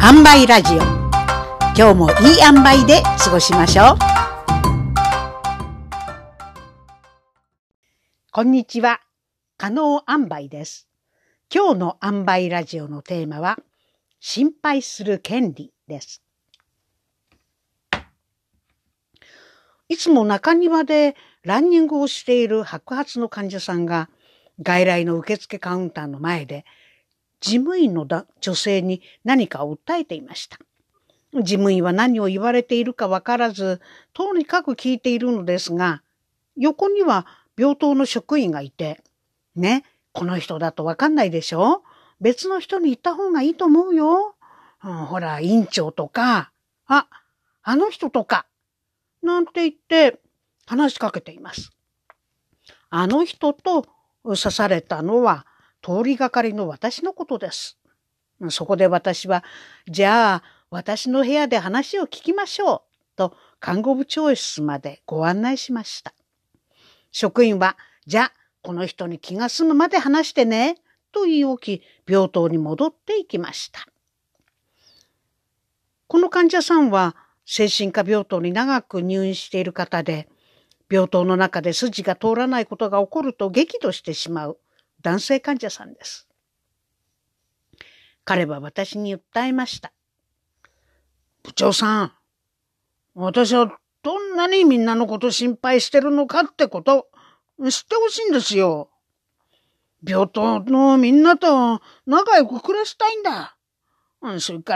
塩梅ラジオ。今日もいい塩梅で過ごしましょう。こんにちは、加納塩梅です。今日の塩梅ラジオのテーマは心配する権利です。いつも中庭でランニングをしている白髪の患者さんが外来の受付カウンターの前で事務員の女性に何かを訴えていました。事務員は何を言われているかわからず、とにかく聞いているのですが、横には病棟の職員がいて、ね、この人だとわかんないでしょ？別の人に言った方がいいと思うよ。ほら、院長とか、あの人とか、なんて言って話しかけています。あの人と刺されたのは通りがかりの私のことです。そこで私は、じゃあ私の部屋で話を聞きましょうと看護部長室までご案内しました。職員は、じゃあこの人に気が済むまで話してねと言い置き、病棟に戻っていきました。この患者さんは精神科病棟に長く入院している方で、病棟の中で筋が通らないことが起こると激怒してしまう男性患者さんです。彼は私に訴えました。部長さん、私はどんなにみんなのこと心配してるのかってこと知ってほしいんですよ。病棟のみんなと仲良く暮らしたいんだ。それから、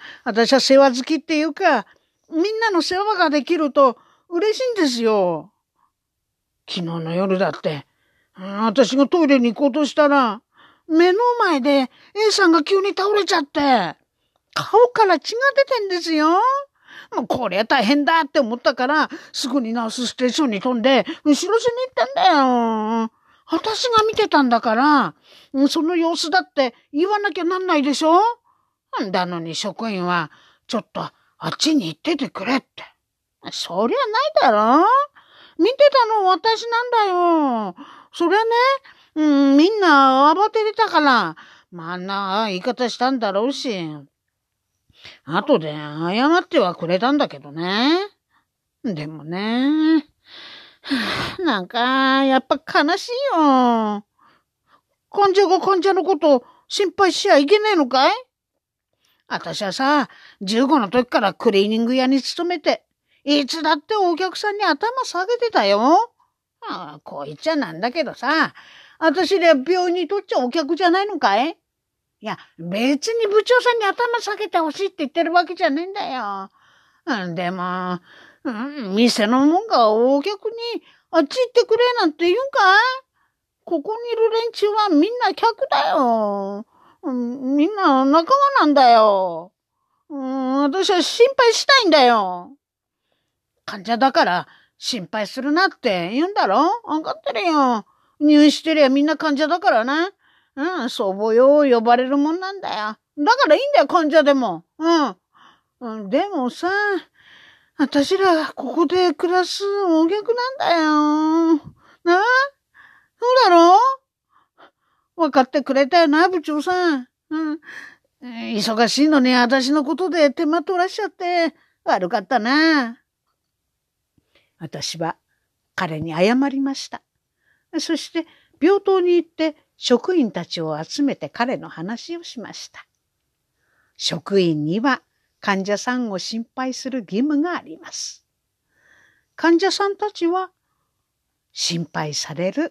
私は世話好きっていうか、みんなの世話ができると嬉しいんですよ。昨日の夜だって、私がトイレに行こうとしたら、目の前で A さんが急に倒れちゃって、顔から血が出てんですよ。もうこりゃ大変だって思ったから、すぐにナースステーションに飛んで、後ろしに行ったんだよ。私が見てたんだから、その様子だって言わなきゃなんないでしょ。だのに職員は、ちょっとあっちに行っててくれって。そりゃないだろ。見てたの私なんだよ。そりゃね、みんな慌ててたから、あんな言い方したんだろうし。後で謝ってはくれたんだけどね。でもね、なんか、やっぱ悲しいよ。患者が患者のこと心配しちゃいけねえのかい？私はさ、15の時からクリーニング屋に勤めて、いつだってお客さんに頭下げてたよ。こいつはなんだけどさ、私で病院にとっちゃお客じゃないのかい？いや、別に部長さんに頭下げてほしいって言ってるわけじゃねえんだよ。でも、店のもんがお客にあっち行ってくれなんて言うんかい？ここにいる連中はみんな客だよ。みんな仲間なんだよ。私は心配したいんだよ。患者だから心配するなって言うんだろ？分かってるよ。入院してりゃみんな患者だからな。祖母よ呼ばれるもんなんだよ。だからいいんだよ、患者でも。でもさ、私らここで暮らすお客なんだよ。なあ？そうだろ？分かってくれたよな、部長さん。忙しいのに私のことで手間取らしちゃって悪かったな。私は彼に謝りました。そして病棟に行って職員たちを集めて彼の話をしました。職員には患者さんを心配する義務があります。患者さんたちは心配される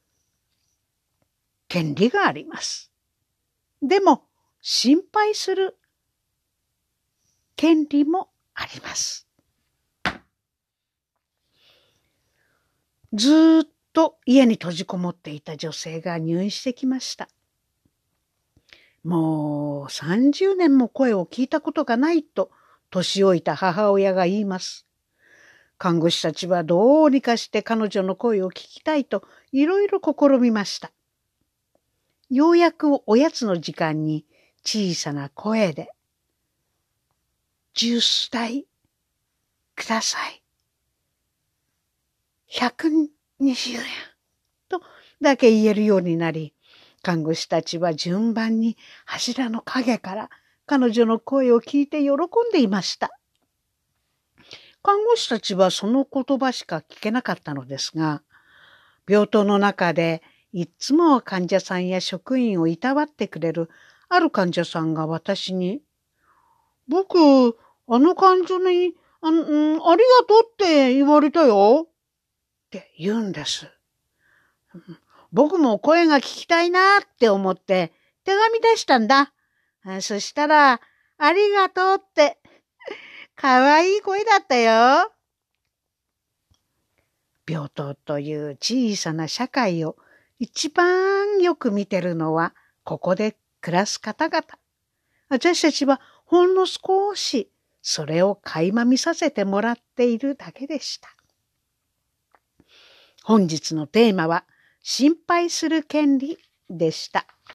権利があります。でも心配する権利もあります。ずっと家に閉じこもっていた女性が入院してきました。もう30年も声を聞いたことがないと年老いた母親が言います。看護師たちはどうにかして彼女の声を聞きたいといろいろ試みました。ようやくおやつの時間に小さな声で、ジュース代ください。120円とだけ言えるようになり、看護師たちは順番に柱の陰から彼女の声を聞いて喜んでいました。看護師たちはその言葉しか聞けなかったのですが、病棟の中でいつも患者さんや職員をいたわってくれるある患者さんが私に、僕、あの患者にありがとうって言われたよって言うんです。僕も声が聞きたいなって思って手紙出したんだ。そしたら、ありがとうって、かわいい声だったよ。病棟という小さな社会を一番よく見てるのは、ここで暮らす方々。私たちはほんの少しそれを垣間見させてもらっているだけでした。本日のテーマは、心配する権利でした。